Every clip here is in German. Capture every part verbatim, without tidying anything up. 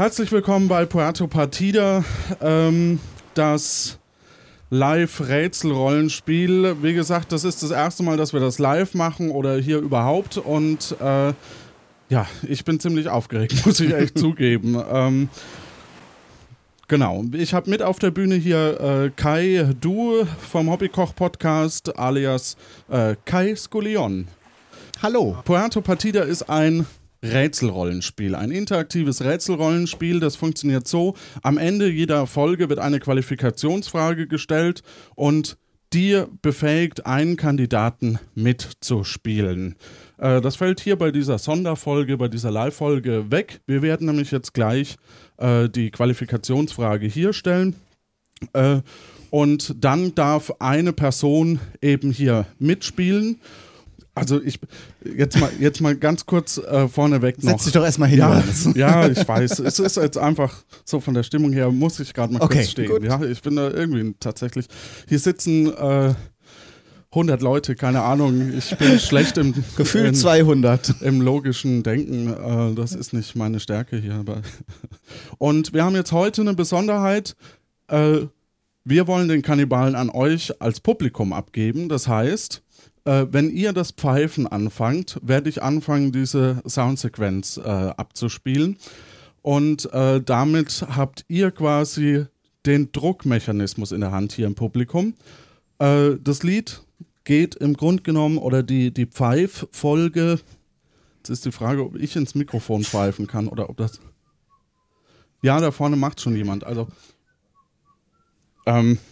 Herzlich willkommen bei Puerto Partida, ähm, das Live-Rätsel-Rollenspiel. Wie gesagt, das ist das erste Mal, dass wir das live machen oder hier überhaupt und äh, ja, ich bin ziemlich aufgeregt, muss ich echt zugeben. Ähm, genau, ich habe mit auf der Bühne hier äh, Kai Du vom Hobbykoch-Podcast alias äh, Kai Skullion. Hallo. Puerto Partida ist ein Rätselrollenspiel, ein interaktives Rätselrollenspiel, das funktioniert so, am Ende jeder Folge wird eine Qualifikationsfrage gestellt und die befähigt einen Kandidaten mitzuspielen. Äh, das fällt hier bei dieser Sonderfolge, bei dieser Live-Folge weg. Wir werden nämlich jetzt gleich äh, die Qualifikationsfrage hier stellen äh, und dann darf eine Person eben hier mitspielen. Also ich, jetzt mal, jetzt mal ganz kurz äh, vorneweg noch. Setz dich doch erstmal hin. Ja, ja, ich weiß. Es ist jetzt einfach so von der Stimmung her, muss ich gerade mal okay, kurz stehen. Gut. Ja, ich bin da irgendwie tatsächlich, hier sitzen äh, hundert Leute, keine Ahnung, ich bin schlecht im Gefühl in, zweihundert. Im logischen Denken, äh, das ist nicht meine Stärke hier. Aber und wir haben jetzt heute eine Besonderheit, äh, wir wollen den Kannibalen an euch als Publikum abgeben, das heißt, Äh, wenn ihr das Pfeifen anfangt, werde ich anfangen, diese Soundsequenz äh, abzuspielen. Und äh, damit habt ihr quasi den Druckmechanismus in der Hand hier im Publikum. Äh, das Lied geht im Grunde genommen, oder die, die Pfeiffolge, jetzt ist die Frage, ob ich ins Mikrofon pfeifen kann oder ob das... Ja, da vorne macht schon jemand. Also, ähm...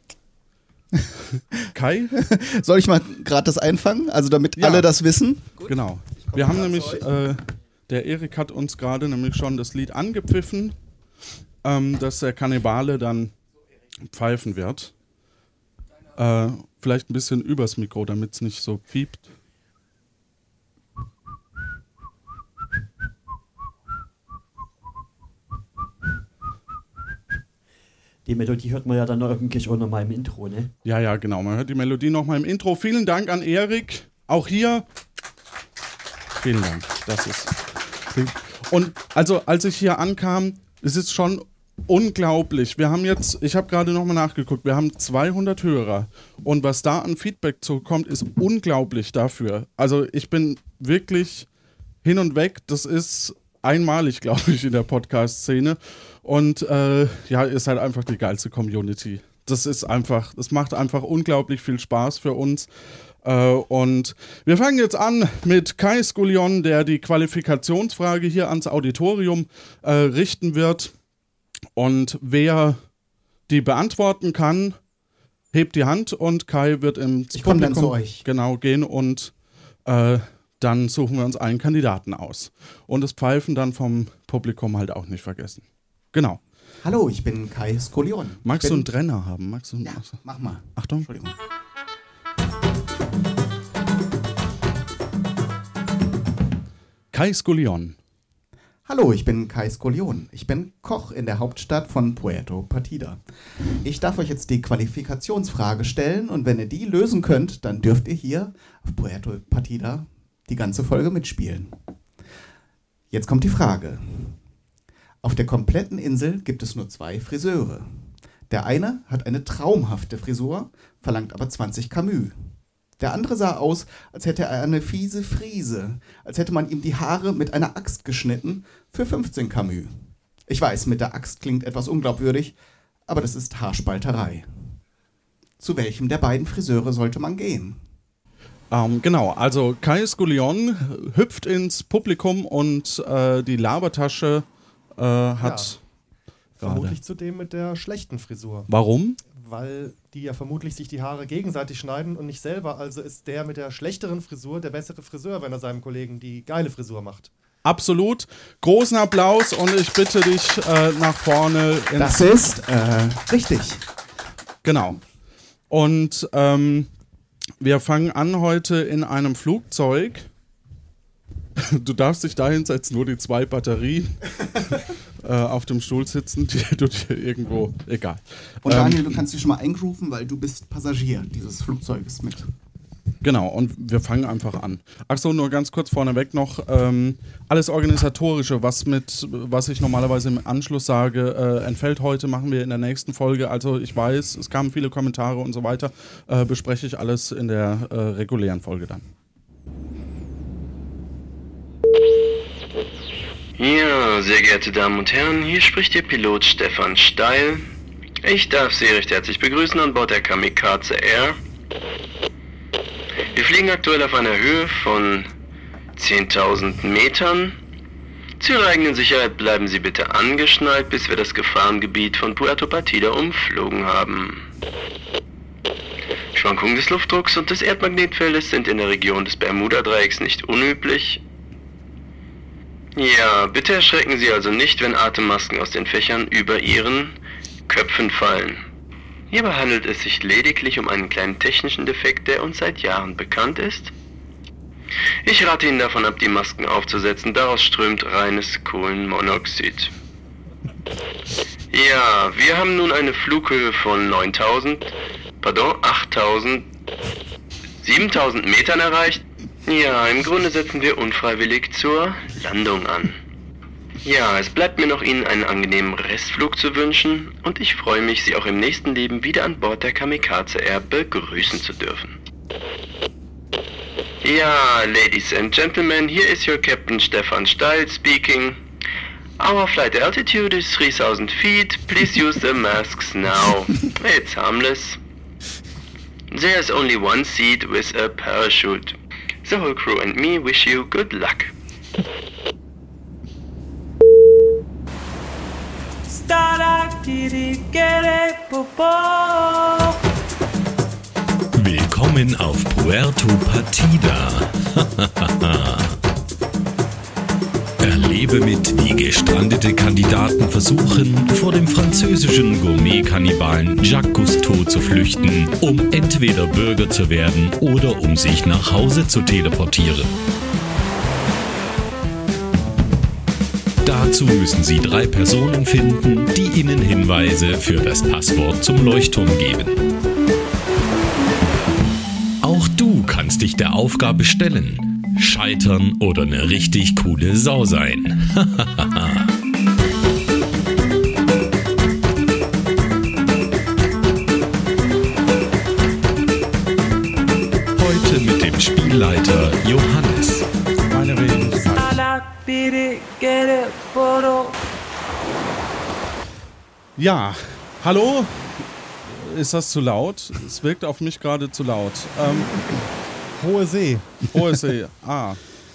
Kai? Soll ich mal gerade das einfangen? Also damit ja, alle das wissen? Gut. Genau. Wir haben nämlich, äh, der Erik hat uns gerade nämlich schon das Lied angepfiffen, ähm, dass der Kannibale dann pfeifen wird. Äh, vielleicht ein bisschen übers Mikro, damit es nicht so piept. Die Melodie hört man ja dann irgendwie auch nochmal im Intro, ne? Ja, ja, genau. Man hört die Melodie nochmal im Intro. Vielen Dank an Erik. Auch hier. Vielen Dank. Das ist. Und also, als ich hier ankam, es ist schon unglaublich. Wir haben jetzt, ich habe gerade nochmal nachgeguckt, wir haben zweihundert Hörer. Und was da an Feedback zukommt, ist unglaublich dafür. Also, ich bin wirklich hin und weg. Das ist einmalig, glaube ich, in der Podcast-Szene. Und äh, ja, ist halt einfach die geilste Community. Das ist einfach, das macht einfach unglaublich viel Spaß für uns. Äh, und wir fangen jetzt an mit Kai Skullion, der die Qualifikationsfrage hier ans Auditorium äh, richten wird. Und wer die beantworten kann, hebt die Hand und Kai wird im Ich komme dann zu euch. Genau, gehen und äh, dann suchen wir uns einen Kandidaten aus. Und das Pfeifen dann vom Publikum halt auch nicht vergessen. Genau. Hallo, ich bin Kai Skullion. Magst du einen Trenner haben? Magst du einen ja, mach mal. Achtung. Entschuldigung. Kai Skullion. Hallo, ich bin Kai Skullion. Ich bin Koch in der Hauptstadt von Puerto Partida. Ich darf euch jetzt die Qualifikationsfrage stellen und wenn ihr die lösen könnt, dann dürft ihr hier auf Puerto Partida die ganze Folge mitspielen. Jetzt kommt die Frage. Auf der kompletten Insel gibt es nur zwei Friseure. Der eine hat eine traumhafte Frisur, verlangt aber zwanzig Camus. Der andere sah aus, als hätte er eine fiese Frise, als hätte man ihm die Haare mit einer Axt geschnitten für fünfzehn Camus. Ich weiß, mit der Axt klingt etwas unglaubwürdig, aber das ist Haarspalterei. Zu welchem der beiden Friseure sollte man gehen? Ähm, genau, also Kai Skullion hüpft ins Publikum und äh, die Labertasche äh, hat... Ja, vermutlich zu dem mit der schlechten Frisur. Warum? Weil die ja vermutlich sich die Haare gegenseitig schneiden und nicht selber. Also ist der mit der schlechteren Frisur der bessere Friseur, wenn er seinem Kollegen die geile Frisur macht. Absolut. Großen Applaus und ich bitte dich äh, nach vorne. Ins Das ist äh, richtig. Genau. Und ähm, wir fangen an heute in einem Flugzeug. Du darfst dich da hinsetzen, wo die zwei Batterien äh, auf dem Stuhl sitzen, die du dir irgendwo, egal. Und ähm, Daniel, du kannst dich schon mal eingrooven, weil du bist Passagier dieses Flugzeuges mit. Genau, und wir fangen einfach an. Achso, nur ganz kurz vorneweg noch, ähm, alles Organisatorische, was mit, was ich normalerweise im Anschluss sage, äh, entfällt heute, machen wir in der nächsten Folge. Also ich weiß, es kamen viele Kommentare und so weiter, äh, bespreche ich alles in der äh, regulären Folge dann. Ja, sehr geehrte Damen und Herren, hier spricht Ihr Pilot Stefan Steil. Ich darf Sie recht herzlich begrüßen an Bord der Kamikaze Air. Wir fliegen aktuell auf einer Höhe von zehntausend Metern. Zu Ihrer eigenen Sicherheit bleiben Sie bitte angeschnallt, bis wir das Gefahrengebiet von Puerto Partida umflogen haben. Schwankungen des Luftdrucks und des Erdmagnetfeldes sind in der Region des Bermuda-Dreiecks nicht unüblich. Ja, bitte erschrecken Sie also nicht, wenn Atemmasken aus den Fächern über Ihren Köpfen fallen. Hierbei handelt es sich lediglich um einen kleinen technischen Defekt, der uns seit Jahren bekannt ist. Ich rate Ihnen davon ab, die Masken aufzusetzen, daraus strömt reines Kohlenmonoxid. Ja, wir haben nun eine Flughöhe von neuntausend, pardon, achttausend, siebentausend Metern erreicht. Ja, im Grunde setzen wir unfreiwillig zur Landung an. Ja, es bleibt mir noch Ihnen einen angenehmen Restflug zu wünschen und ich freue mich, Sie auch im nächsten Leben wieder an Bord der Kamikaze Air begrüßen zu dürfen. Ja, Ladies and Gentlemen, here is your Captain Stefan Steil speaking. Our flight altitude is three thousand feet. Please use the masks now. It's harmless. There's only one seat with a parachute. The whole crew and me wish you good luck. Willkommen auf Puerto Partida. Erlebe mit, wie gestrandete Kandidaten versuchen, vor dem französischen Gourmet-Kannibalen Jacques Cousteau zu flüchten, um entweder Bürger zu werden oder um sich nach Hause zu teleportieren. Dazu müssen Sie drei Personen finden, die Ihnen Hinweise für das Passwort zum Leuchtturm geben. Auch du kannst dich der Aufgabe stellen, scheitern oder eine richtig coole Sau sein. Heute mit dem Spielleiter Johannes. Meine Wenigkeit. Ja, hallo? Ist das zu laut? Es wirkt auf mich gerade zu laut. Ähm, Hohe See. Hohe See, ah.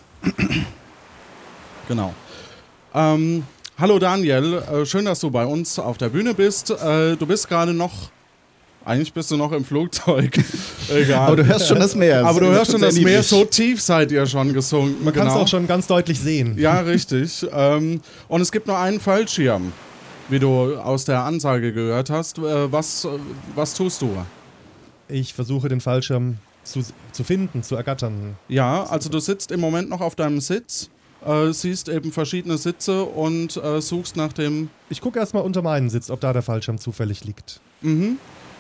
Genau. Ähm, hallo Daniel, äh, schön, dass du bei uns auf der Bühne bist. Äh, du bist gerade noch, eigentlich bist du noch im Flugzeug. Egal. Aber du hörst schon das Meer. Aber du Das hörst schon ist das sehr Meer, niedlich. so tief seid ihr schon gesunken. Man kann es genau. auch schon ganz deutlich sehen. Ja, richtig. ähm, und es gibt nur einen Fallschirm, wie du aus der Ansage gehört hast. Äh, was, was tust du? Ich versuche den Fallschirm zu, zu finden, zu ergattern. Ja, also du sitzt im Moment noch auf deinem Sitz, äh, siehst eben verschiedene Sitze und äh, suchst nach dem... Ich gucke erstmal unter meinen Sitz, ob da der Fallschirm zufällig liegt. Mhm.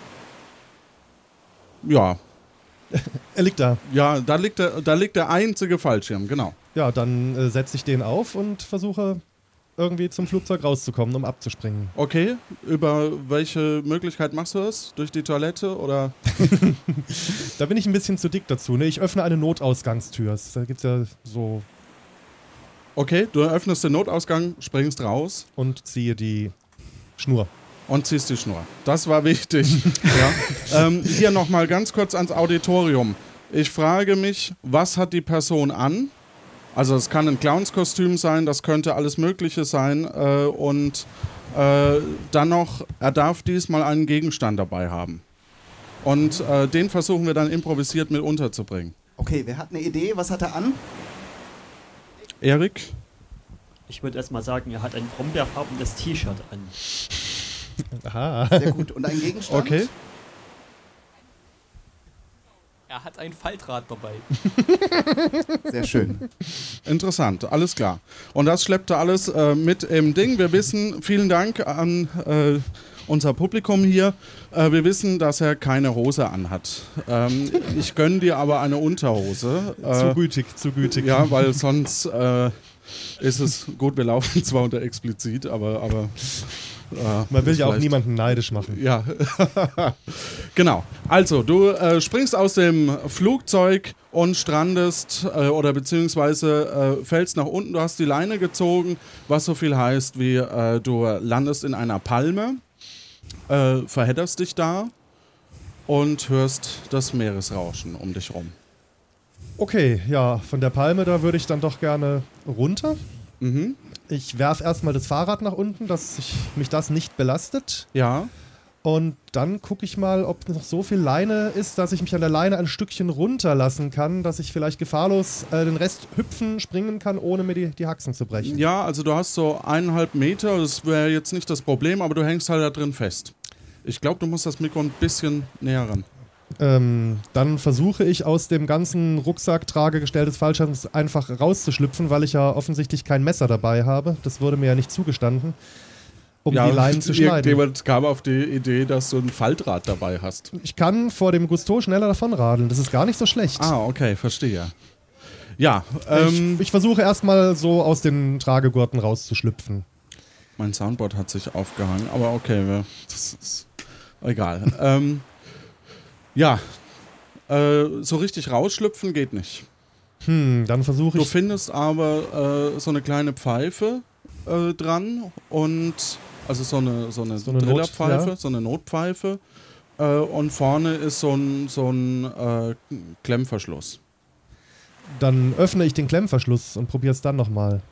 Ja, Er liegt da. ja, da liegt der, da liegt der einzige Fallschirm, genau. Ja, dann äh, setze ich den auf und versuche irgendwie zum Flugzeug rauszukommen, um abzuspringen. Okay, über welche Möglichkeit machst du das? Durch die Toilette oder... Da bin ich ein bisschen zu dick dazu. Ne? Ich öffne eine Notausgangstür. Da gibt es ja so... Okay, du öffnest den Notausgang, springst raus. Und ziehe die Schnur. Und ziehst die Schnur. Das war wichtig. ja. ähm, hier nochmal ganz kurz ans Auditorium. Ich frage mich, was hat die Person an? Also es kann ein Clownskostüm sein, das könnte alles Mögliche sein. Äh, und äh, dann noch, er darf diesmal einen Gegenstand dabei haben. Und äh, den versuchen wir dann improvisiert mit unterzubringen. Okay, wer hat eine Idee? Was hat er an? Erik? Ich würde erst mal sagen, er hat ein brombeerfarbenes T-Shirt an. Aha. Sehr gut. Und ein Gegenstand? Okay. Er hat ein Faltrad dabei. Sehr schön. Interessant, alles klar. Und das schleppte alles äh, mit im Ding. Wir wissen, vielen Dank an äh, unser Publikum hier. Äh, wir wissen, dass er keine Hose anhat. Ähm, ich gönne dir aber eine Unterhose. Äh, zu gütig, zu gütig. Ja, weil sonst äh, ist es gut, wir laufen zwar unter explizit, aber... aber äh, Man will ja auch vielleicht- niemanden neidisch machen. Ja, genau. Also, du äh, springst aus dem Flugzeug und strandest äh, oder beziehungsweise äh, fällst nach unten. Du hast die Leine gezogen, was so viel heißt wie äh, du landest in einer Palme, äh, verhedderst dich da und hörst das Meeresrauschen um dich rum. Okay, ja, von der Palme, da würde ich dann doch gerne runter. Mhm. Ich werfe erstmal das Fahrrad nach unten, dass ich, mich das nicht belastet. Ja, Und dann gucke ich mal, ob noch so viel Leine ist, dass ich mich an der Leine ein Stückchen runterlassen kann, dass ich vielleicht gefahrlos äh, den Rest hüpfen, springen kann, ohne mir die, die Haxen zu brechen. ja, also du hast so eineinhalb Meter, das wäre jetzt nicht das Problem, aber du hängst halt da drin fest. Ich glaube, du musst das Mikro ein bisschen näher ran. Ähm, dann versuche ich aus dem ganzen Rucksacktragegestell des Fallschirms einfach rauszuschlüpfen, weil ich ja offensichtlich kein Messer dabei habe. Das wurde mir ja nicht zugestanden, um ja, die Leinen zu schneiden. Irgendjemand kam auf die Idee, dass du ein Faltrad dabei hast. Ich kann vor dem Gusteau schneller davonradeln. Das ist gar nicht so schlecht. Ah, okay, verstehe. Ja, ähm, ich, ich versuche erstmal so aus den Tragegurten rauszuschlüpfen. mein Soundboard hat sich aufgehangen, aber okay, wir, das ist egal. ähm, ja, äh, so richtig rausschlüpfen geht nicht. Hm, dann versuche Du ich. findest aber äh, so eine kleine Pfeife äh, dran und also so eine, so eine, So eine Drillerpfeife, Not, ja. so eine Notpfeife äh, und vorne ist so ein, so ein äh, Klemmverschluss. Dann öffne ich den Klemmverschluss und probiere es dann nochmal.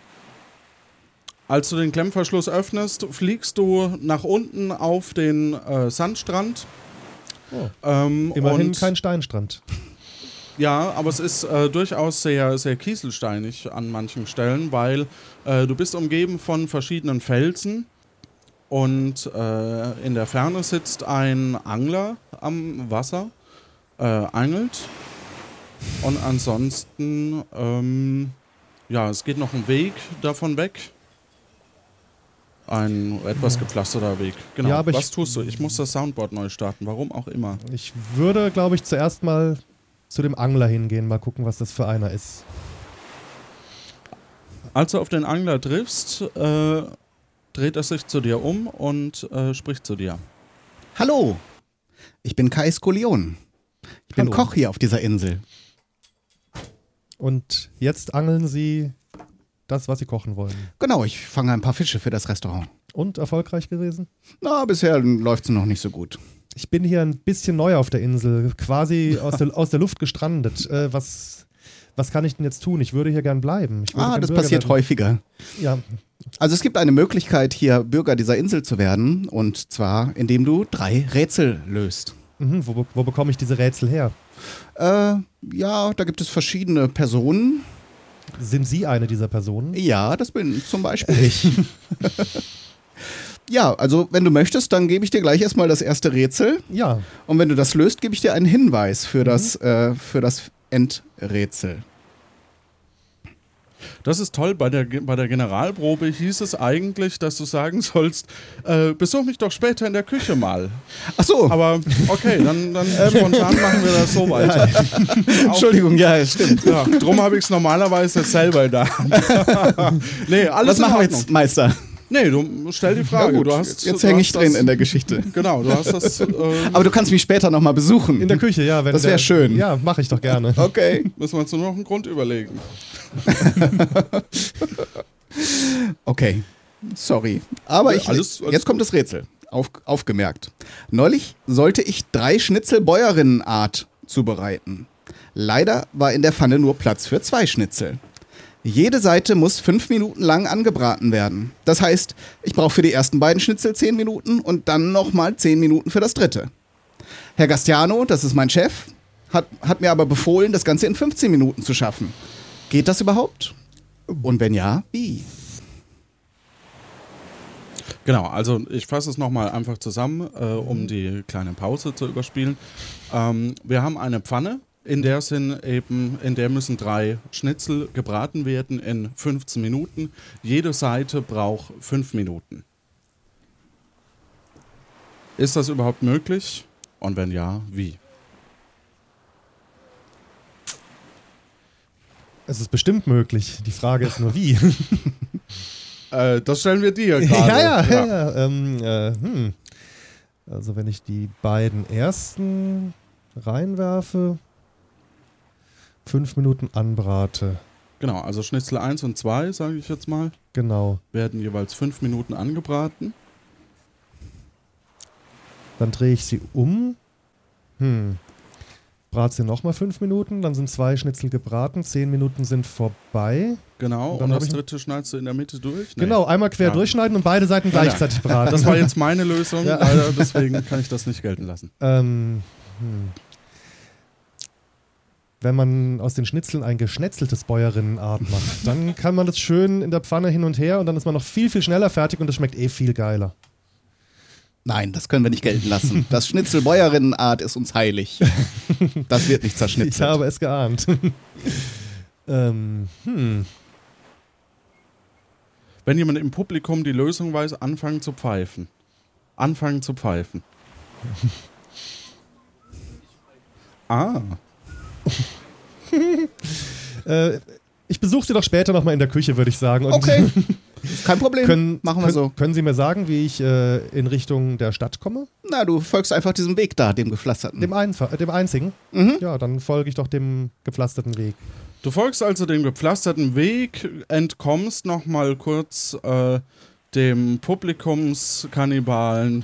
Als du den Klemmverschluss öffnest, fliegst du nach unten auf den äh, Sandstrand. Oh. Ähm, Immerhin und, kein Steinstrand. Ja, aber es ist äh, durchaus sehr, sehr kieselsteinig an manchen Stellen, weil äh, du bist umgeben von verschiedenen Felsen und äh, in der Ferne sitzt ein Angler am Wasser, äh, angelt und ansonsten, ähm, ja, es geht noch ein Weg davon weg. Ein etwas gepflasterter Weg. Genau. Ja, aber Was ich- tust du? Ich muss das Soundboard neu starten, warum auch immer. Ich würde, glaube ich, zuerst mal zu dem Angler hingehen, mal gucken, was das für einer ist. Als du auf den Angler triffst, äh, dreht er sich zu dir um und äh, spricht zu dir. Hallo, ich bin Kai Skolion. Ich bin Hallo. Koch hier auf dieser Insel. Und jetzt angeln Sie das, was Sie kochen wollen. Genau, ich fange ein paar Fische für das Restaurant. Und erfolgreich gewesen? Na, bisher läuft es noch nicht so gut. Ich bin hier ein bisschen neu auf der Insel, quasi aus der, aus der Luft gestrandet. Äh, was, was kann ich denn jetzt tun? Ich würde hier gern bleiben. Ich würde Ah, gern das Bürger passiert werden. häufiger. Ja, Also es gibt eine Möglichkeit, hier Bürger dieser Insel zu werden. Und zwar, indem du drei Rätsel löst. mhm, wo, wo bekomme ich diese Rätsel her? Äh, ja, da gibt es verschiedene Personen. Sind Sie eine dieser Personen? Ja, das bin zum Beispiel ich. Ja, also wenn du möchtest, dann gebe ich dir gleich erstmal das erste Rätsel. Ja, Und wenn du das löst, gebe ich dir einen Hinweis für das, äh, für das Endrätsel. Das ist toll. Bei der, Ge- bei der Generalprobe hieß es eigentlich, dass du sagen sollst, äh, besuch mich doch später in der Küche mal. Ach so, Aber okay, dann, dann spontan machen wir das so weiter. Entschuldigung, ja, stimmt. Ja, drum habe ich es normalerweise selber da. Nee, alles Was in machen wir Ordnung. jetzt, Meister? Nee, du stell die Frage. Ja, gut, du hast, jetzt du hänge hast ich drin das, in der Geschichte. Genau, du hast das. Äh, Aber du kannst mich später nochmal besuchen. in der Küche, ja. Wenn Das wär der- schön. Ja, mache ich doch gerne. Okay. müssen wir uns nur noch einen Grund überlegen. Okay. Sorry. Aber Ja, ich, alles- alles jetzt kommt das Rätsel. Auf, aufgemerkt. Neulich sollte ich drei Schnitzel Bäuerinnenart zubereiten. Leider war in der Pfanne nur Platz für zwei Schnitzel. Jede Seite muss fünf Minuten lang angebraten werden. Das heißt, ich brauche für die ersten beiden Schnitzel zehn Minuten und dann nochmal zehn Minuten für das dritte. Herr Gastiano, das ist mein Chef, hat, hat mir aber befohlen, das Ganze in fünfzehn Minuten zu schaffen. Geht das überhaupt? Und wenn ja, wie? Genau, also ich fasse es nochmal einfach zusammen, äh, um die kleine Pause zu überspielen. Ähm, wir haben eine Pfanne, in der sind eben, in der müssen drei Schnitzel gebraten werden in fünfzehn Minuten. Jede Seite braucht fünf Minuten. Ist das überhaupt möglich? Und wenn ja, wie? Es ist bestimmt möglich. Die Frage ist nur wie. Äh, das stellen wir dir gerade. ja, ja, ja. ja. Ähm, äh, hm. Also wenn ich die beiden ersten reinwerfe, fünf Minuten anbrate. Genau, also Schnitzel eins und zwei, sage ich jetzt mal, Genau. werden jeweils fünf Minuten angebraten. Dann drehe ich sie um. Hm. Brate sie nochmal fünf Minuten, dann sind zwei Schnitzel gebraten, zehn Minuten sind vorbei. Genau, Und und, dann hab das ich- dritte schneidest du in der Mitte durch? Nee. Genau, einmal quer Ja. durchschneiden und beide Seiten Ja, ja. gleichzeitig braten. Das war jetzt meine Lösung, Ja. leider, deswegen kann ich das nicht gelten lassen. ähm, hm. Wenn man aus den Schnitzeln ein geschnetzeltes Bäuerinnenart macht, dann kann man das schön in der Pfanne hin und her und dann ist man noch viel, viel schneller fertig und das schmeckt eh viel geiler. Nein, das können wir nicht gelten lassen. Das Schnitzel-Bäuerinnenart ist uns heilig. Das wird nicht Ich zerschnitzelt. habe es geahnt. ähm, hm. Wenn jemand im Publikum die Lösung weiß, anfangen zu pfeifen. Anfangen zu pfeifen. Ah, Äh, ich besuche Sie doch später nochmal in der Küche, würde ich sagen. Und Okay, kein Problem. können, Machen wir können, so. Können Sie mir sagen, wie ich äh, in Richtung der Stadt komme? Na, du folgst einfach diesem Weg da, dem gepflasterten. Dem, Einfa äh, dem einzigen? Mhm. Ja, dann folge ich doch dem gepflasterten Weg. du folgst also dem gepflasterten Weg, entkommst nochmal kurz äh, dem Publikumskannibalen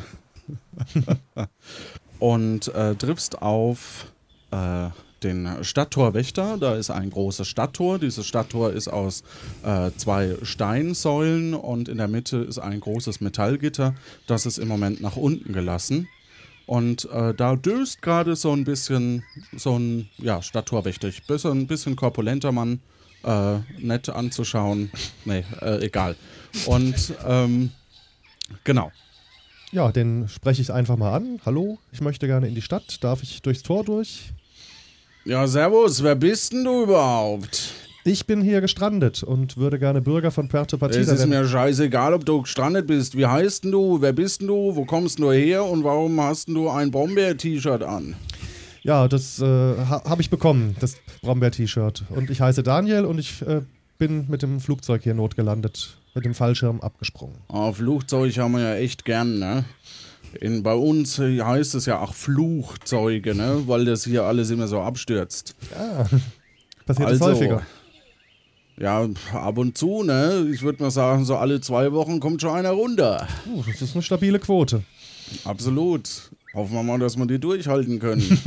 und äh, triffst auf äh, den Stadttorwächter. Da ist ein großes Stadttor. Dieses Stadttor ist aus äh, zwei Steinsäulen und in der Mitte ist ein großes Metallgitter. Das ist im Moment nach unten gelassen. Und äh, da döst gerade so ein bisschen so ein ja, Stadttorwächter. Ich bin so ein bisschen korpulenter Mann, äh, nett anzuschauen. Nee, äh, egal. Und ähm, genau. Ja, den spreche ich einfach mal an. Hallo, ich möchte gerne in die Stadt. Darf ich durchs Tor durch? Ja, servus, wer bist denn du überhaupt? Ich bin hier gestrandet und würde gerne Bürger von Puerto Partida Es ist werden. mir scheißegal, ob du gestrandet bist. Wie heißt denn du? Wer bist denn du? Wo kommst du her? Und warum hast denn du ein Brombeer-T-Shirt an? Ja, das äh, ha habe ich bekommen, das Brombeer-T-Shirt. Und ich heiße Daniel und ich äh, bin mit dem Flugzeug hier notgelandet, mit dem Fallschirm abgesprungen. Ah, Flugzeug haben wir ja echt gern, ne? In, bei uns heißt es ja auch Fluchzeuge, ne? Weil das hier alles immer so abstürzt. Passiert Also, das häufiger? Ja, ab und zu, ne? Ich würde mal sagen, so alle zwei Wochen kommt schon einer runter. Uh, das ist eine stabile Quote. Absolut. Hoffen wir mal, dass wir die durchhalten können.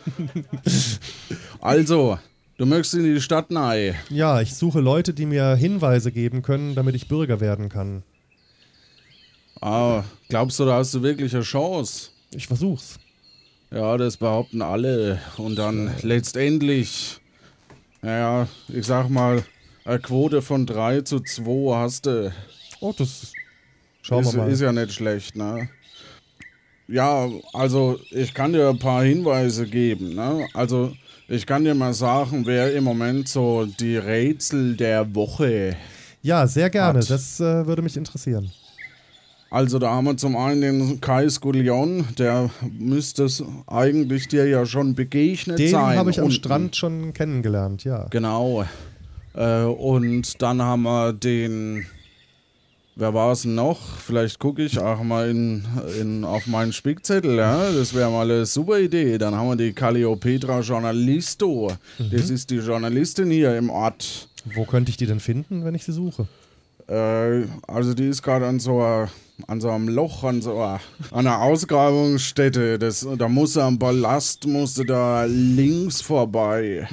Also, du möchtest in die Stadt nahe. Ja, ich suche Leute, die mir Hinweise geben können, damit ich Bürger werden kann. Ah, glaubst du, da hast du wirklich eine Chance? Ich versuch's. Ja, das behaupten alle. Und dann letztendlich, naja, ich sag mal, eine Quote von drei zu zwei hast du. Oh, das schauen ist, wir mal. ist ja nicht schlecht, ne? Ja, also ich kann dir ein paar Hinweise geben, ne? Also ich kann dir mal sagen, wer im Moment so die Rätsel der Woche. Ja, sehr gerne. Hat. Das äh, würde mich interessieren. Also da haben wir zum einen den Kai Skullion, der müsste es eigentlich dir ja schon begegnet Den sein. habe ich am unten. Strand schon kennengelernt, ja. Genau. Äh, und dann haben wir den, wer war es noch? Vielleicht gucke ich auch mal in, in, auf meinen Spickzettel, ja? Das wäre mal eine super Idee. Dann haben wir die Calliopetra Journalisto. Das ist die Journalistin hier im Ort. Wo könnte ich die denn finden, wenn ich sie suche? Äh, also die ist gerade an so einer, an so einem Loch, an so einer, an einer Ausgrabungsstätte. Das, da musste am Ballast, musste da links vorbei.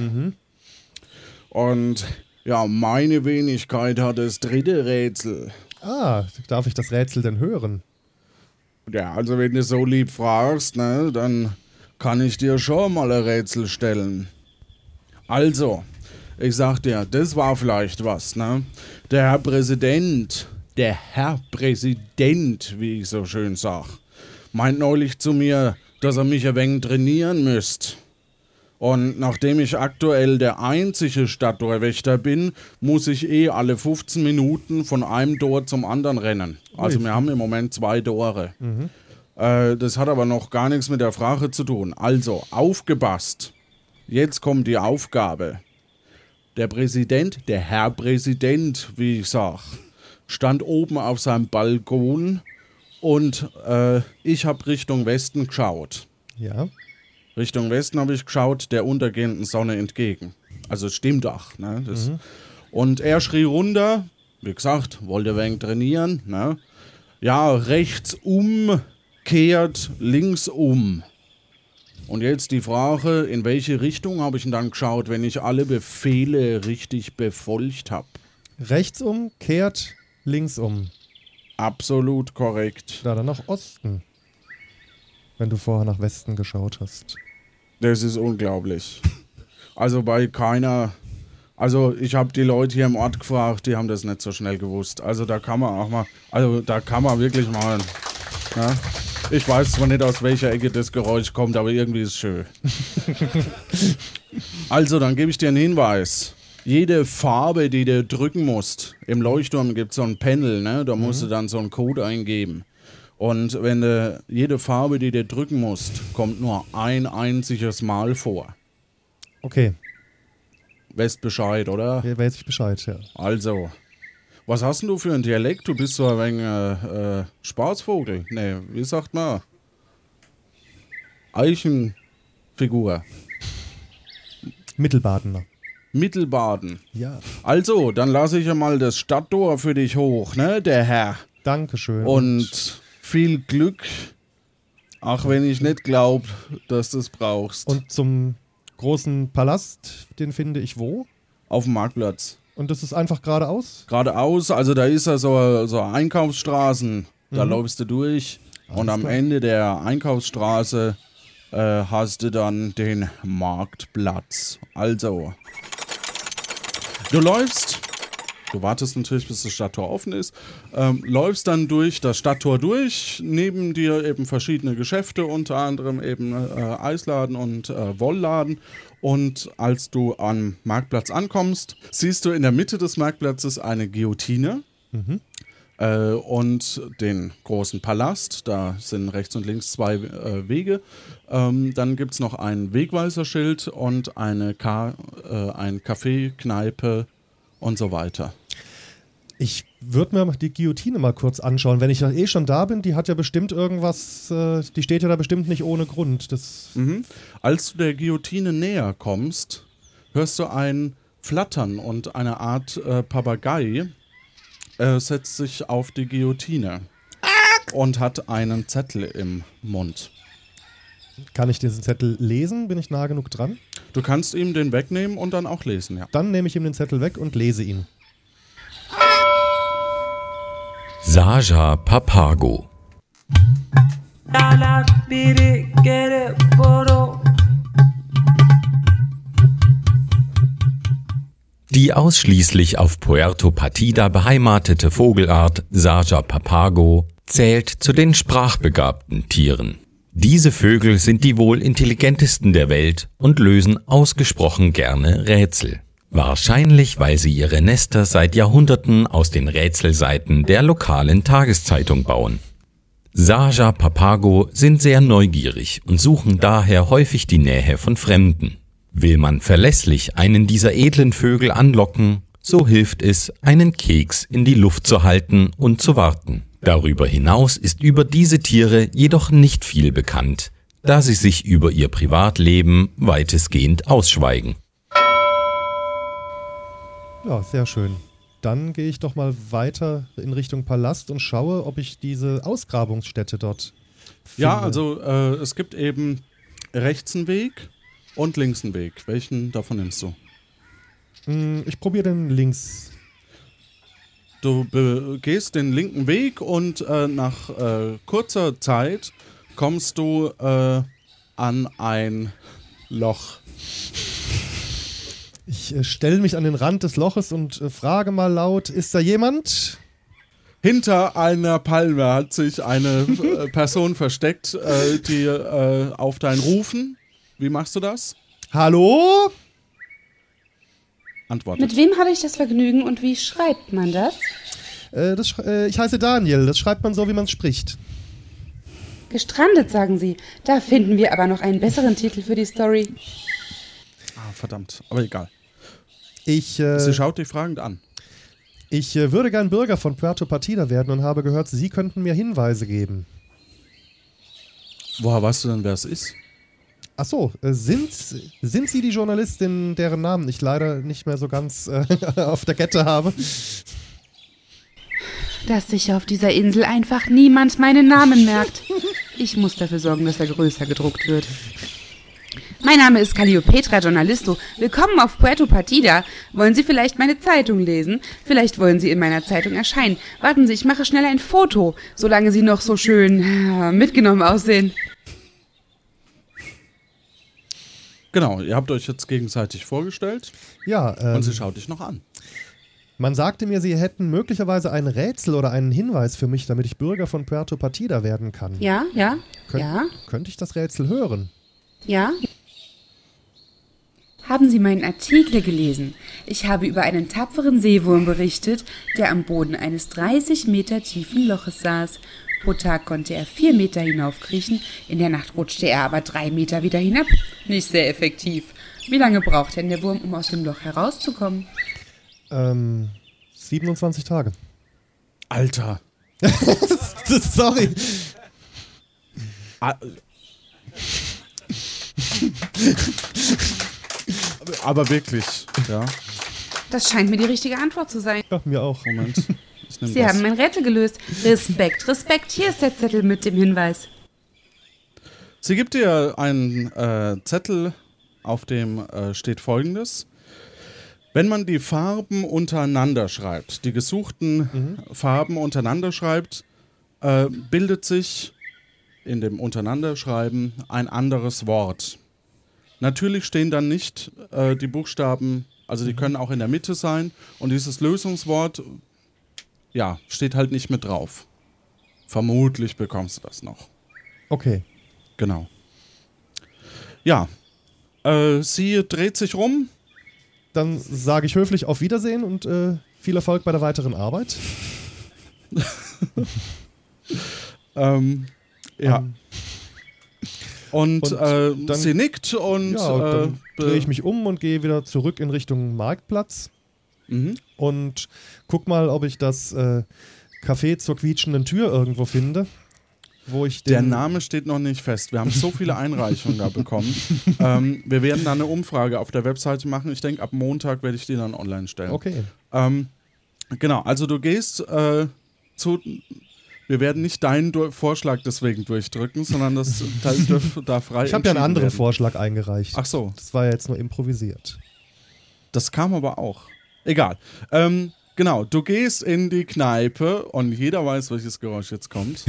Und ja, meine Wenigkeit hat das dritte Rätsel. Ah, darf ich das Rätsel denn hören? Ja, also wenn du so lieb fragst, ne, dann kann ich dir schon mal ein Rätsel stellen. Also, ich sag dir, das war vielleicht was, ne? Der Herr Präsident, der Herr Präsident, wie ich so schön sag, meint neulich zu mir, dass er mich ein wenig trainieren müsst. Und nachdem ich aktuell der einzige Stadttorwächter bin, muss ich eh alle fünfzehn Minuten von einem Tor zum anderen rennen. Also wir haben im Moment zwei Tore. Äh, das hat aber noch gar nichts mit der Frage zu tun. Also, aufgepasst. Jetzt kommt die Aufgabe. Der Präsident, der Herr Präsident, wie ich sag, stand oben auf seinem Balkon und äh, ich habe Richtung Westen geschaut. Ja. Richtung Westen habe ich geschaut, der untergehenden Sonne entgegen. Also stimmt auch. Ne? Das, mhm. Und er schrie runter, wie gesagt, wollte ein wenig trainieren. Ne? Ja, rechts um, kehrt links um. Und jetzt die Frage, in welche Richtung habe ich denn dann geschaut, wenn ich alle Befehle richtig befolgt habe? Rechts um, kehrt links um. Absolut korrekt. Da dann nach Osten, wenn du vorher nach Westen geschaut hast. Das ist unglaublich. Also bei keiner... Also ich habe die Leute hier im Ort gefragt, die haben das nicht so schnell gewusst. Also da kann man auch mal... Also da kann man wirklich mal... Ne? Ich weiß zwar nicht, aus welcher Ecke das Geräusch kommt, aber irgendwie ist es schön. Also, dann gebe ich dir einen Hinweis. Jede Farbe, die du drücken musst, im Leuchtturm gibt es so ein Panel, ne? Da musst mhm. du dann so einen Code eingeben. Und wenn du jede Farbe, die du drücken musst, kommt nur ein einziges Mal vor. Okay. Weißt Bescheid, oder? Ja, weiß ich Bescheid, ja. Also... Was hast denn du für einen Dialekt? Du bist so ein wenig äh, äh, Spaßvogel. Nee, wie sagt man? Eichenfigur. Mittelbadener. Mittelbaden. Ja. Also, dann lasse ich ja mal das Stadttor für dich hoch, ne, der Herr. Dankeschön. Und viel Glück, auch wenn ich nicht glaube, dass du es brauchst. Und zum großen Palast, den finde ich wo? Auf dem Marktplatz. Und das ist einfach geradeaus? Geradeaus, also da ist ja so, so Einkaufsstraßen, da mhm. läufst du durch. Alles und am klar. Ende der Einkaufsstraße äh, hast du dann den Marktplatz. Also, du läufst, du wartest natürlich, bis das Stadttor offen ist, ähm, läufst dann durch das Stadttor durch, neben dir eben verschiedene Geschäfte, unter anderem eben äh, Eisladen und äh, Wollladen. Und als du am Marktplatz ankommst, siehst du in der Mitte des Marktplatzes eine Guillotine mhm. äh, und den großen Palast. Da sind rechts und links zwei äh, Wege. Ähm, dann gibt es noch ein Wegweiserschild und eine Ka- äh, ein Café, Kneipe und so weiter. Ich würde mir die Guillotine mal kurz anschauen. Wenn ich ja eh schon da bin, die hat ja bestimmt irgendwas, äh, die steht ja da bestimmt nicht ohne Grund. Das mhm. Als du der Guillotine näher kommst, hörst du ein Flattern und eine Art äh, Papagei äh, setzt sich auf die Guillotine und hat einen Zettel im Mund. Kann ich diesen Zettel lesen? Bin ich nah genug dran? Du kannst ihm den wegnehmen und dann auch lesen, ja. Dann nehme ich ihm den Zettel weg und lese ihn. Saja Papago. Die ausschließlich auf Puerto Partida beheimatete Vogelart Saja Papago zählt zu den sprachbegabten Tieren. Diese Vögel sind die wohl intelligentesten der Welt und lösen ausgesprochen gerne Rätsel. Wahrscheinlich, weil sie ihre Nester seit Jahrhunderten aus den Rätselseiten der lokalen Tageszeitung bauen. Saja Papago sind sehr neugierig und suchen daher häufig die Nähe von Fremden. Will man verlässlich einen dieser edlen Vögel anlocken, so hilft es, einen Keks in die Luft zu halten und zu warten. Darüber hinaus ist über diese Tiere jedoch nicht viel bekannt, da sie sich über ihr Privatleben weitestgehend ausschweigen. Ja, sehr schön. Dann gehe ich doch mal weiter in Richtung Palast und schaue, ob ich diese Ausgrabungsstätte dort finde. Ja, also äh, es gibt eben rechts einen Weg und links einen Weg. Welchen davon nimmst du? Ich probiere den links. Du be- gehst den linken Weg und äh, nach äh, kurzer Zeit kommst du äh, an ein Loch. Ich äh, stelle mich an den Rand des Loches und äh, frage mal laut, ist da jemand? Hinter einer Palme hat sich eine äh, Person versteckt, äh, die äh, auf dein Rufen. Wie machst du das? Hallo? Antwortet. Mit wem habe ich das Vergnügen und wie schreibt man das? Äh, das sch- äh, ich heiße Daniel, das schreibt man so, wie man es spricht. Gestrandet, sagen Sie. Da finden wir aber noch einen besseren Titel für die Story. Ah, verdammt. Aber egal. Ich, äh, Sie schaut dich fragend an. Ich äh, würde gern Bürger von Puerto Partida werden und habe gehört, Sie könnten mir Hinweise geben. Woher weißt du denn, wer es ist? Ach so, äh, sind, sind Sie die Journalistin, deren Namen ich leider nicht mehr so ganz äh, auf der Kette habe? Dass sich auf dieser Insel einfach niemand meinen Namen merkt. Ich muss dafür sorgen, dass er größer gedruckt wird. Mein Name ist Calliopetra Journalisto. Willkommen auf Puerto Partida. Wollen Sie vielleicht meine Zeitung lesen? Vielleicht wollen Sie in meiner Zeitung erscheinen. Warten Sie, ich mache schnell ein Foto, solange Sie noch so schön äh, mitgenommen aussehen. Genau, ihr habt euch jetzt gegenseitig vorgestellt. Ja, ähm, und sie schaut dich noch an. Man sagte mir, Sie hätten möglicherweise ein Rätsel oder einen Hinweis für mich, damit ich Bürger von Puerto Partida werden kann. Ja, ja, Kön- ja. Könnte ich das Rätsel hören? Ja? Haben Sie meinen Artikel gelesen? Ich habe über einen tapferen Seewurm berichtet, der am Boden eines dreißig Meter tiefen Loches saß. Pro Tag konnte er vier Meter hinaufkriechen, in der Nacht rutschte er aber drei Meter wieder hinab. Nicht sehr effektiv. Wie lange braucht denn der Wurm, um aus dem Loch herauszukommen? Ähm, siebenundzwanzig Tage. Alter. Sorry. Ah, aber wirklich, ja. Das scheint mir die richtige Antwort zu sein. Ja, mir auch. Moment. Ich nehm Sie das. haben mein Rätsel gelöst. Respekt, Respekt. Hier ist der Zettel mit dem Hinweis. Sie gibt dir einen äh, Zettel, auf dem äh, steht Folgendes. Wenn man die Farben untereinander schreibt, die gesuchten mhm. Farben untereinander schreibt, äh, bildet sich in dem Untereinanderschreiben ein anderes Wort. Natürlich stehen dann nicht äh, die Buchstaben, also die können auch in der Mitte sein und dieses Lösungswort, ja, steht halt nicht mit drauf. Vermutlich bekommst du das noch. Okay. Genau. Ja, äh, sie dreht sich rum. Dann sage ich höflich auf Wiedersehen und äh, viel Erfolg bei der weiteren Arbeit. ähm, ja. Um, und und äh, dann, sie nickt und, ja, und dann äh, drehe ich mich um und gehe wieder zurück in Richtung Marktplatz mhm. und guck mal, ob ich das äh, Café zur quietschenden Tür irgendwo finde. Wo ich den Der Name steht noch nicht fest. Wir haben so viele Einreichungen da bekommen. ähm, wir werden da eine Umfrage auf der Webseite machen. Ich denke, ab Montag werde ich die dann online stellen. Okay. Ähm, genau, also du gehst äh, zu... Wir werden nicht deinen du- Vorschlag deswegen durchdrücken, sondern das darf da frei Ich habe ja einen anderen werden. Vorschlag eingereicht. Ach so. Das war ja jetzt nur improvisiert. Das kam aber auch. Egal. Ähm, genau, du gehst in die Kneipe und jeder weiß, welches Geräusch jetzt kommt.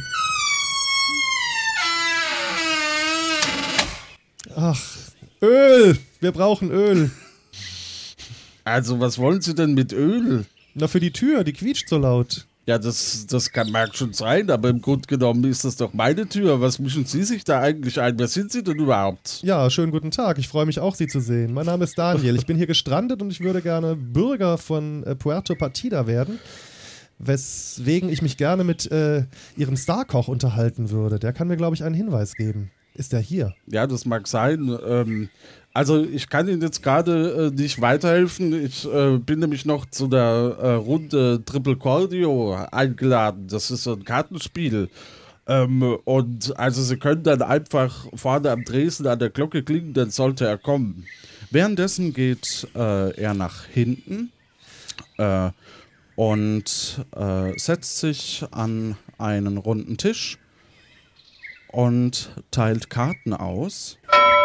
Ach, Öl! Wir brauchen Öl. Also, was wollen Sie denn mit Öl? Na, für die Tür, die quietscht so laut. Ja, das, das kann, mag schon sein, aber im Grunde genommen ist das doch meine Tür. Was mischen Sie sich da eigentlich ein? Wer sind Sie denn überhaupt? Ja, schönen guten Tag. Ich freue mich auch, Sie zu sehen. Mein Name ist Daniel. Ich bin hier gestrandet und ich würde gerne Bürger von äh, Puerto Partida werden, weswegen ich mich gerne mit äh, Ihrem Starkoch unterhalten würde. Der kann mir, glaube ich, einen Hinweis geben. Ist der hier? Ja, das mag sein. Ähm, also ich kann Ihnen jetzt gerade äh, nicht weiterhelfen. Ich äh, bin nämlich noch zu der äh, Runde Triple Cordio eingeladen. Das ist so ein Kartenspiel. Ähm, und also Sie können dann einfach vorne am Tresen an der Glocke klingen, dann sollte er kommen. Währenddessen geht äh, er nach hinten äh, und äh, setzt sich an einen runden Tisch und teilt Karten aus.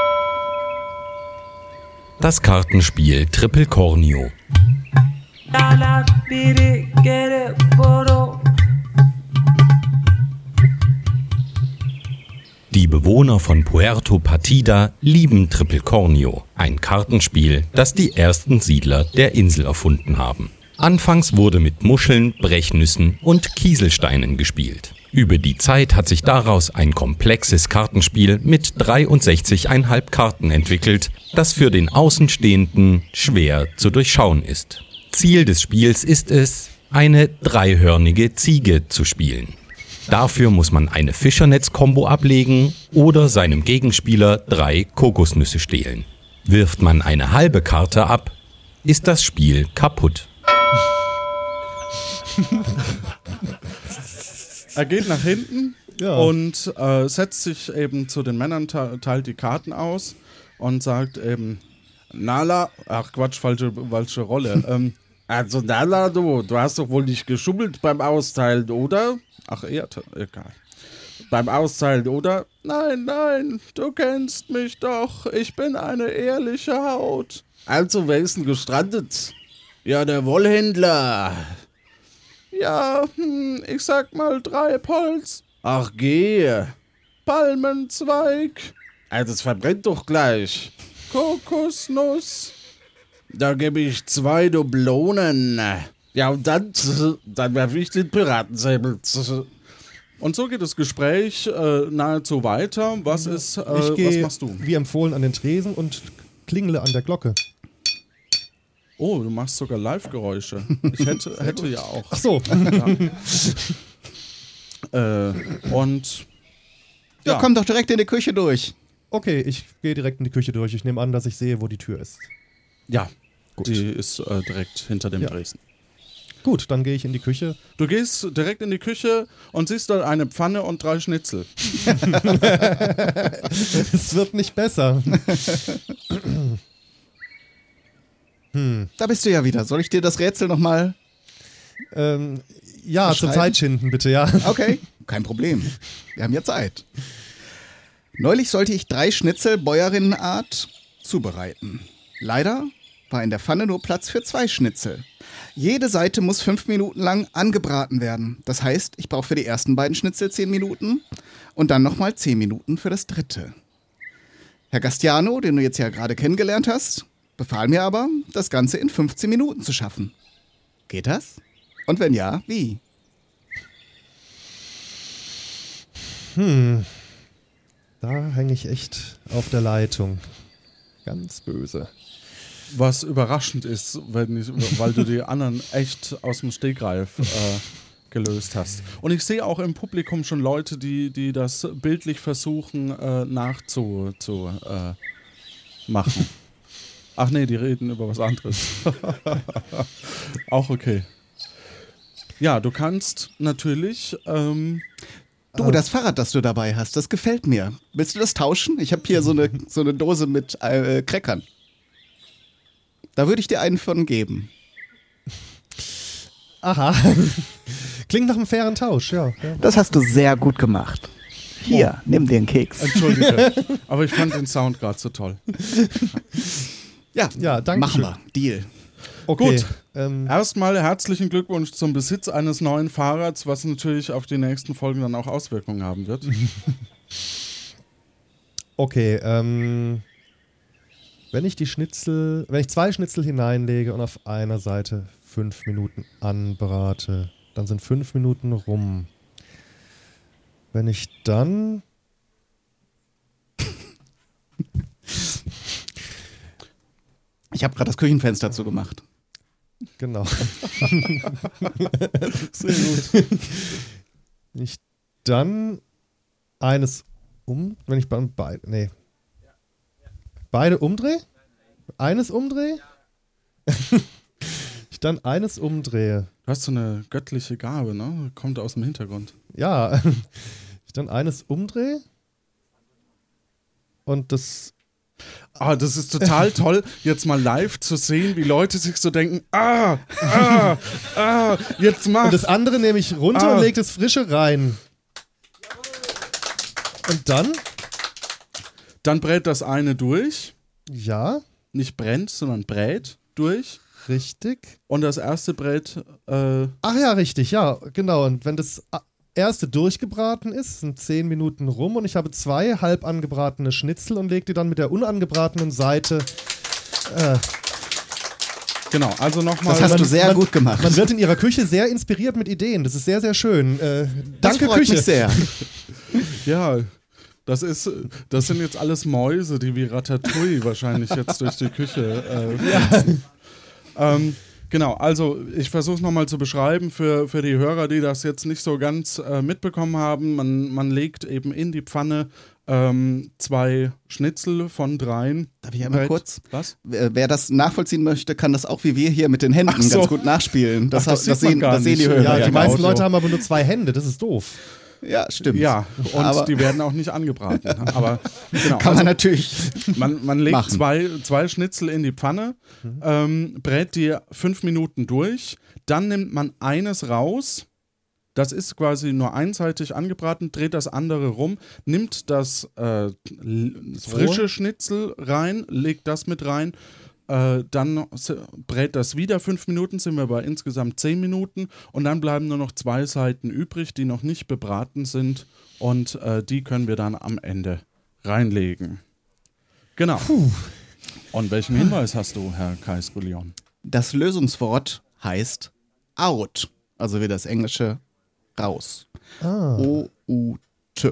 Das Kartenspiel Triple Cornio. Die Bewohner von Puerto Partida lieben Triple Cornio, ein Kartenspiel, das die ersten Siedler der Insel erfunden haben. Anfangs wurde mit Muscheln, Brechnüssen und Kieselsteinen gespielt. Über die Zeit hat sich daraus ein komplexes Kartenspiel mit dreiundsechzig Komma fünf Karten entwickelt, das für den Außenstehenden schwer zu durchschauen ist. Ziel des Spiels ist es, eine dreihörnige Ziege zu spielen. Dafür muss man eine Fischernetz-Kombo ablegen oder seinem Gegenspieler drei Kokosnüsse stehlen. Wirft man eine halbe Karte ab, ist das Spiel kaputt. Er geht nach hinten Ja. und äh, setzt sich eben zu den Männern, te- teilt die Karten aus und sagt eben, Nala, ach Quatsch, falsche, falsche Rolle. ähm, also Nala, du, du hast doch wohl nicht geschummelt beim Austeilen, oder? Ach, er, egal. Beim Austeilen, oder? Nein, nein, du kennst mich doch. Ich bin eine ehrliche Haut. Also, wer ist denn gestrandet? Ja, der Wollhändler. Ja, hm, ich sag mal Treibholz. Ach, geh. Palmenzweig. Ah, das verbrennt doch gleich. Kokosnuss. Da gebe ich zwei Dublonen. Ja, und dann, dann werfe ich den Piratensäbel. Und so geht das Gespräch äh, nahezu weiter. Was ist, äh, Ich was gehe, machst du? wie empfohlen, an den Tresen und klingele an der Glocke. Oh, du machst sogar Live-Geräusche. Ich hätte, hätte ja auch. Ach so. Ja. äh, und Ja, Ja. komm doch direkt in die Küche durch. Okay, ich gehe direkt in die Küche durch. Ich nehme an, dass ich sehe, wo die Tür ist. ja, die ist äh, direkt hinter dem Ja. Dresen. Gut, dann gehe ich in die Küche. Du gehst direkt in die Küche und siehst dort eine Pfanne und drei Schnitzel. Es wird nicht besser. Da bist du ja wieder. Soll ich dir das Rätsel nochmal? ähm, ja, zur Beschreiben? Zeit schinden, bitte, ja. Okay, kein Problem. Wir haben ja Zeit. Neulich sollte ich drei Schnitzel Bäuerinnenart zubereiten. Leider war in der Pfanne nur Platz für zwei Schnitzel. Jede Seite muss fünf Minuten lang angebraten werden. Das heißt, ich brauche für die ersten beiden Schnitzel zehn Minuten und dann nochmal zehn Minuten für das dritte. Herr Gastiano, den du jetzt ja gerade kennengelernt hast, befahl mir aber, das Ganze in fünfzehn Minuten zu schaffen. Geht das? Und wenn ja, wie? Hm. Da hänge ich echt auf der Leitung. Ganz böse. Was überraschend ist, wenn ich, weil du die anderen echt aus dem Stegreif äh, gelöst hast. Und ich sehe auch im Publikum schon Leute, die, die das bildlich versuchen äh, nachzu zu, äh, machen. Ach nee, die reden über was anderes. Auch okay. Ja, du kannst natürlich... Ähm, Du, das Fahrrad, das du dabei hast, das gefällt mir. Willst du das tauschen? Ich habe hier so eine, so eine Dose mit äh, Crackern. Da würde ich dir einen von geben. Aha. Klingt nach einem fairen Tausch, ja. ja. Das hast du sehr gut gemacht. Hier, nimm dir einen Keks. Entschuldige, aber ich fand den Sound gerade so toll. Ja, Ja, danke machen schön. wir. Deal. Okay. Gut. Ähm, Erstmal herzlichen Glückwunsch zum Besitz eines neuen Fahrrads, was natürlich auf die nächsten Folgen dann auch Auswirkungen haben wird. okay, ähm, wenn ich die Schnitzel, wenn ich zwei Schnitzel hineinlege und auf einer Seite fünf Minuten anbrate, dann sind fünf Minuten rum. Wenn ich dann Ich habe gerade das Küchenfenster zugemacht. Genau. Sehr gut. Wenn ich dann eines um, wenn ich dann beide, nee. Beide umdrehe? Eines umdrehe? Ich dann eines umdrehe. Du hast so eine göttliche Gabe, ne? Kommt aus dem Hintergrund. Ja. Ich dann eines umdrehe und das Ah, das ist total toll, jetzt mal live zu sehen, wie Leute sich so denken, ah, ah, ah, jetzt mach. Und das andere nehme ich runter Ah. und lege das Frische rein. Und dann? Dann brät das eine durch. Ja, Nicht brennt, sondern brät durch. richtig. Und das erste brät, äh, Ach ja, richtig, ja, genau. Und wenn das a- erste durchgebraten ist, sind zehn Minuten rum und ich habe zwei halb angebratene Schnitzel und lege die dann mit der unangebratenen Seite. Äh, genau, also nochmal. Das hast man- du sehr man- gut gemacht. man wird in ihrer Küche sehr inspiriert mit Ideen. Das ist sehr, sehr schön. Äh, das danke, freut Küche. mich sehr. Ja, das ist, das sind jetzt alles Mäuse, die wie Ratatouille wahrscheinlich jetzt durch die Küche äh, flitzen. ähm, Genau, also ich versuche es nochmal zu beschreiben für, für die Hörer, die das jetzt nicht so ganz äh, mitbekommen haben. Man, man legt eben in die Pfanne ähm, zwei Schnitzel von dreien. Darf ich einmal Brett. kurz? Was? Wer, wer das nachvollziehen möchte, kann das auch wie wir hier mit den Händen Ach so. ganz gut nachspielen. Das, Ach, das hat- das sieht man sehen, gar das sehen die nicht. Hörer. Ja, Ja, die genau meisten so. Leute haben aber nur zwei Hände, das ist doof. Ja, stimmt. Ja, und Aber- die werden auch nicht angebraten. Aber genau, Kann also man natürlich. man, man legt machen. zwei, zwei Schnitzel in die Pfanne, ähm, brät die fünf Minuten durch, dann nimmt man eines raus, das ist quasi nur einseitig angebraten, dreht das andere rum, nimmt das äh, l- frische Schnitzel rein, legt das mit rein, äh, dann s- brät das wieder fünf Minuten, sind wir bei insgesamt zehn Minuten und dann bleiben nur noch zwei Seiten übrig, die noch nicht bebraten sind und äh, die können wir dann am Ende reinlegen. Genau. Und welchen Hinweis hast du, Herr Kaiskolion? Das Lösungswort heißt out. Also wie das englische raus. Ah, O U T.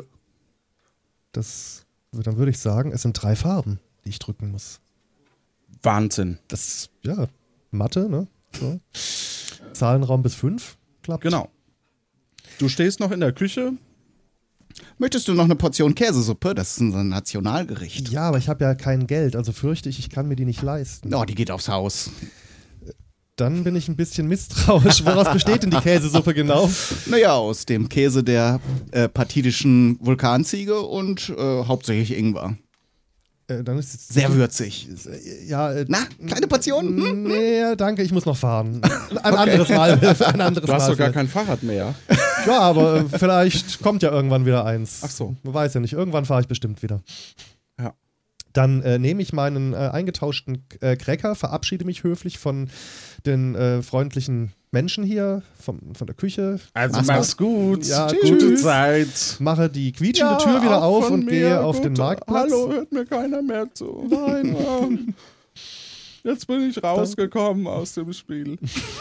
das, dann würde ich sagen, es sind drei Farben, die ich drücken muss. Wahnsinn. Das, ja, Mathe, ne? So. Zahlenraum bis fünf, klappt. Genau. Du stehst noch in der Küche. Möchtest du noch eine Portion Käsesuppe? Das ist unser Nationalgericht. Ja, aber ich habe ja kein Geld, also fürchte ich, ich kann mir die nicht leisten. Oh, die geht aufs Haus. Dann bin ich ein bisschen misstrauisch. Woraus besteht denn die Käsesuppe genau? Naja, aus dem Käse der äh, partidischen Vulkanziege und äh, hauptsächlich Ingwer. Äh, dann ist es Sehr würzig. Ja, äh, Na, kleine Portion? Hm? Nee, danke, ich muss noch fahren. Ein anderes Mal. Ein anderes Du hast Mal doch gar vielleicht. kein Fahrrad mehr. Ja, aber äh, vielleicht kommt ja irgendwann wieder eins. Ach so. Man weiß ja nicht. Irgendwann fahre ich bestimmt wieder. Ja. Dann äh, nehme ich meinen äh, eingetauschten äh, Cracker, verabschiede mich höflich von den äh, freundlichen Menschen hier, vom, von der Küche. Also Mach's mach's gut. Ja, Gute tschüss. Zeit. Mache die quietschende Tür wieder auch auf von und mir. gehe auf Gute- den Marktplatz. Hallo, hört mir keiner mehr zu. Nein. Jetzt bin ich rausgekommen aus dem Spiel.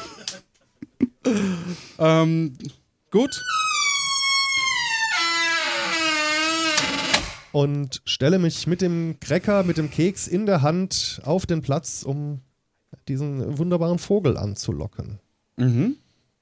ähm, gut. Und stelle mich mit dem Cracker, mit dem Keks in der Hand auf den Platz, um diesen wunderbaren Vogel anzulocken. Mhm.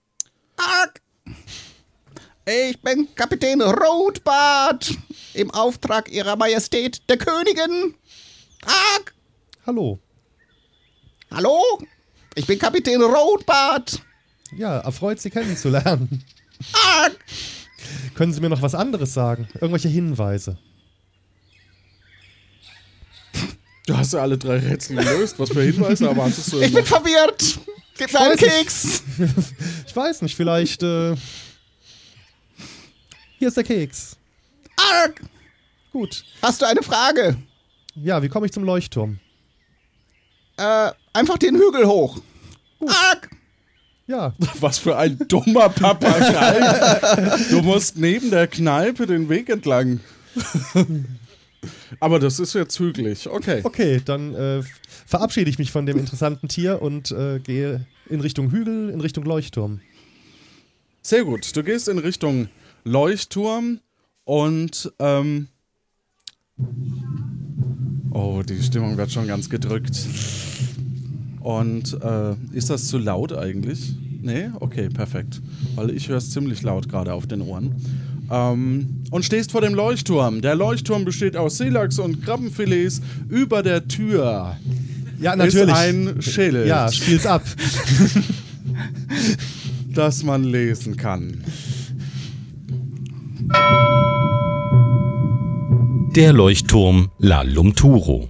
Ich bin Kapitän Rotbart im Auftrag ihrer Majestät der Königin. Tag. Hallo. Hallo? Ich bin Kapitän Rotbart. Ja, erfreut Sie kennenzulernen. Tag. Können Sie mir noch was anderes sagen? Irgendwelche Hinweise? Du hast ja alle drei Rätsel gelöst. Was für Hinweise erwartest du Ich denn bin noch? verwirrt. Gib mir einen weiß nicht. Keks. Ich weiß nicht, vielleicht. Äh Hier ist der Keks. Tag. Gut. Hast du eine Frage? Ja, wie komme ich zum Leuchtturm? Äh, einfach den Hügel hoch. Tag. Ja, Was für ein dummer Papagei. Du musst neben der Kneipe den Weg entlang. Aber das ist jetzt hügelig. Okay. okay, dann äh, verabschiede ich mich von dem interessanten Tier und äh, gehe in Richtung Hügel, in Richtung Leuchtturm. Sehr gut. Du gehst in Richtung Leuchtturm und ähm oh, die Stimmung wird schon ganz gedrückt. Und äh, ist das zu laut eigentlich? Nee? Okay, perfekt. Weil ich höre es ziemlich laut gerade auf den Ohren. Ähm, und stehst vor dem Leuchtturm. Der Leuchtturm besteht aus Seelachs und Krabbenfilets. Über der Tür Ja, natürlich. ist ein Schild, Ja, spiel's ab. das man lesen kann. Der Leuchtturm La Lumturo.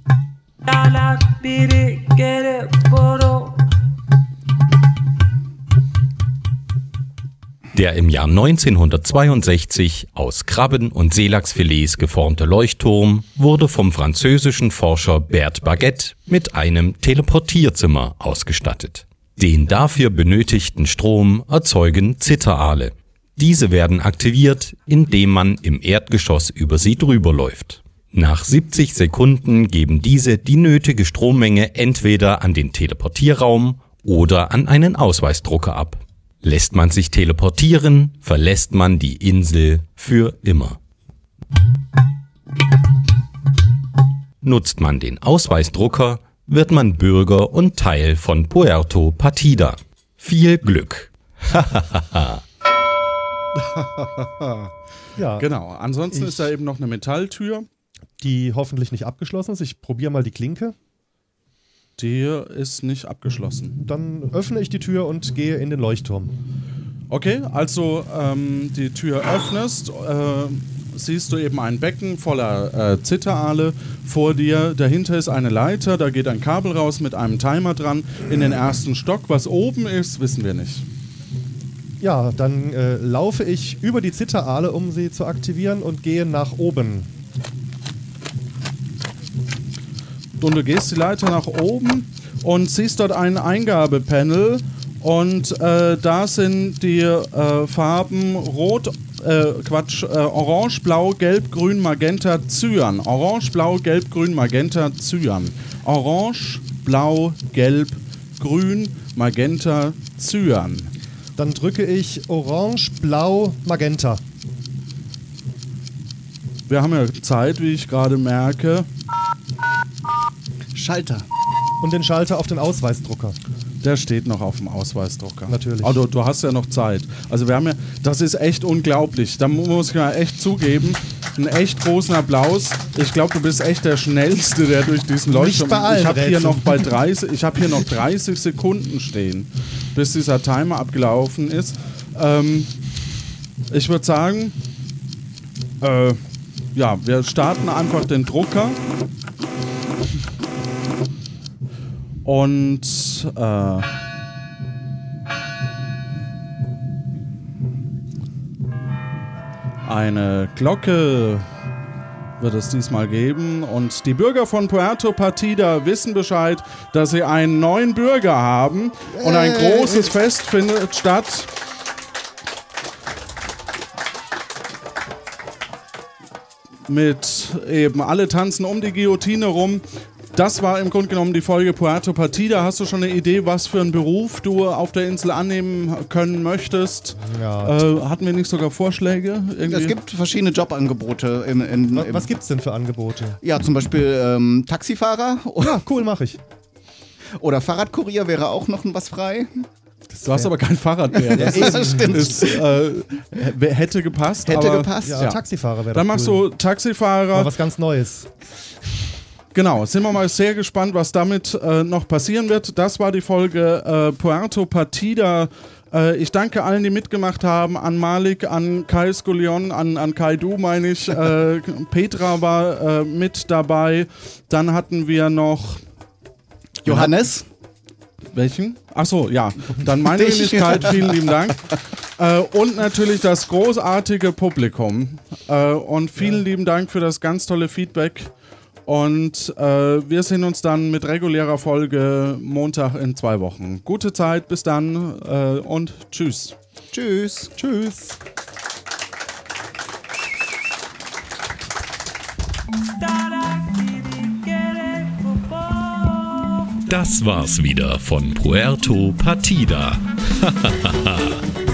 Der im Jahr neunzehnhundertzweiundsechzig aus Krabben- und Seelachsfilets geformte Leuchtturm wurde vom französischen Forscher Bert Baguette mit einem Teleportierzimmer ausgestattet. Den dafür benötigten Strom erzeugen Zitteraale. Diese werden aktiviert, indem man im Erdgeschoss über sie drüber läuft. Nach siebzig Sekunden geben diese die nötige Strommenge entweder an den Teleportierraum oder an einen Ausweisdrucker ab. Lässt man sich teleportieren, verlässt man die Insel für immer. Nutzt man den Ausweisdrucker, wird man Bürger und Teil von Puerto Partida. Viel Glück! Ja, Genau. Ansonsten Ich- ist da eben noch eine Metalltür. die hoffentlich nicht abgeschlossen ist. Ich probiere mal die Klinke. Die ist nicht abgeschlossen. Dann öffne ich die Tür und gehe in den Leuchtturm. Okay, also ähm, die Tür öffnest, äh, siehst du eben ein Becken voller äh, Zitterale vor dir. Dahinter ist eine Leiter, da geht ein Kabel raus mit einem Timer dran in den ersten Stock. Was oben ist, wissen wir nicht. Ja, dann äh, laufe ich über die Zitterale, um sie zu aktivieren und gehe nach oben. Und du gehst die Leiter nach oben und siehst dort ein Eingabepanel und äh, da sind die äh, Farben Rot, äh, Quatsch, äh, Orange, Blau, Gelb, Grün, Magenta, Cyan. Orange, Blau, Gelb, Grün, Magenta, Cyan. Orange, Blau, Gelb, Grün, Magenta, Cyan. Dann drücke ich Orange, Blau, Magenta. Wir haben ja Zeit, wie ich gerade merke. Schalter. Und den Schalter auf den Ausweisdrucker. Der steht noch auf dem Ausweisdrucker. Natürlich. Also du hast ja noch Zeit. Also wir haben ja, das ist echt unglaublich. Da mu- muss ich mal echt zugeben, einen echt großen Applaus. Ich glaube, du bist echt der Schnellste, der durch diesen Leuchtturm... bei allen Ich habe hier Rätseln. noch bei dreißig, ich habe hier noch dreißig Sekunden stehen, bis dieser Timer abgelaufen ist. Ähm, ich würde sagen, äh, ja, wir starten einfach den Drucker. Und äh, eine Glocke wird es diesmal geben. Und die Bürger von Puerto Partida wissen Bescheid, dass sie einen neuen Bürger haben. Und ein großes Fest findet statt. Mit eben alle tanzen um die Guillotine rum. Das war im Grunde genommen die Folge Puerto Partida. Hast du schon eine Idee, was für einen Beruf du auf der Insel annehmen können möchtest? Ja. Äh, hatten wir nicht sogar Vorschläge? Irgendwie? Es gibt verschiedene Jobangebote. In, in, Wa- im, Was gibt's denn für Angebote? ja, zum Beispiel ähm, Taxifahrer oder, Ja, cool, mache ich. oder Fahrradkurier wäre auch noch was frei. Du hast aber kein Fahrrad mehr. Das Ja, ist, stimmt. ist, äh, h- hätte gepasst. Hätte aber gepasst. Ja, Ja. Taxifahrer wäre Dann doch machst cool. du Taxifahrer. Mal was ganz Neues. Genau, sind wir mal sehr gespannt, was damit äh, noch passieren wird. Das war die Folge äh, Puerto Partida. Äh, ich danke allen, die mitgemacht haben. An Malik, an Kai Skolion, an, an Kai Du, meine ich. Äh, Petra war äh, mit dabei. Dann hatten wir noch... Johannes. Welchen? Achso, ja. Dann meine Dich. Wenigkeit, vielen lieben Dank. Äh, und natürlich das großartige Publikum. Äh, und vielen lieben Dank für das ganz tolle Feedback. Und äh, wir sehen uns dann mit regulärer Folge Montag in zwei Wochen. Gute Zeit, bis dann äh, und tschüss. Tschüss. Tschüss. Das war's wieder von Puerto Partida.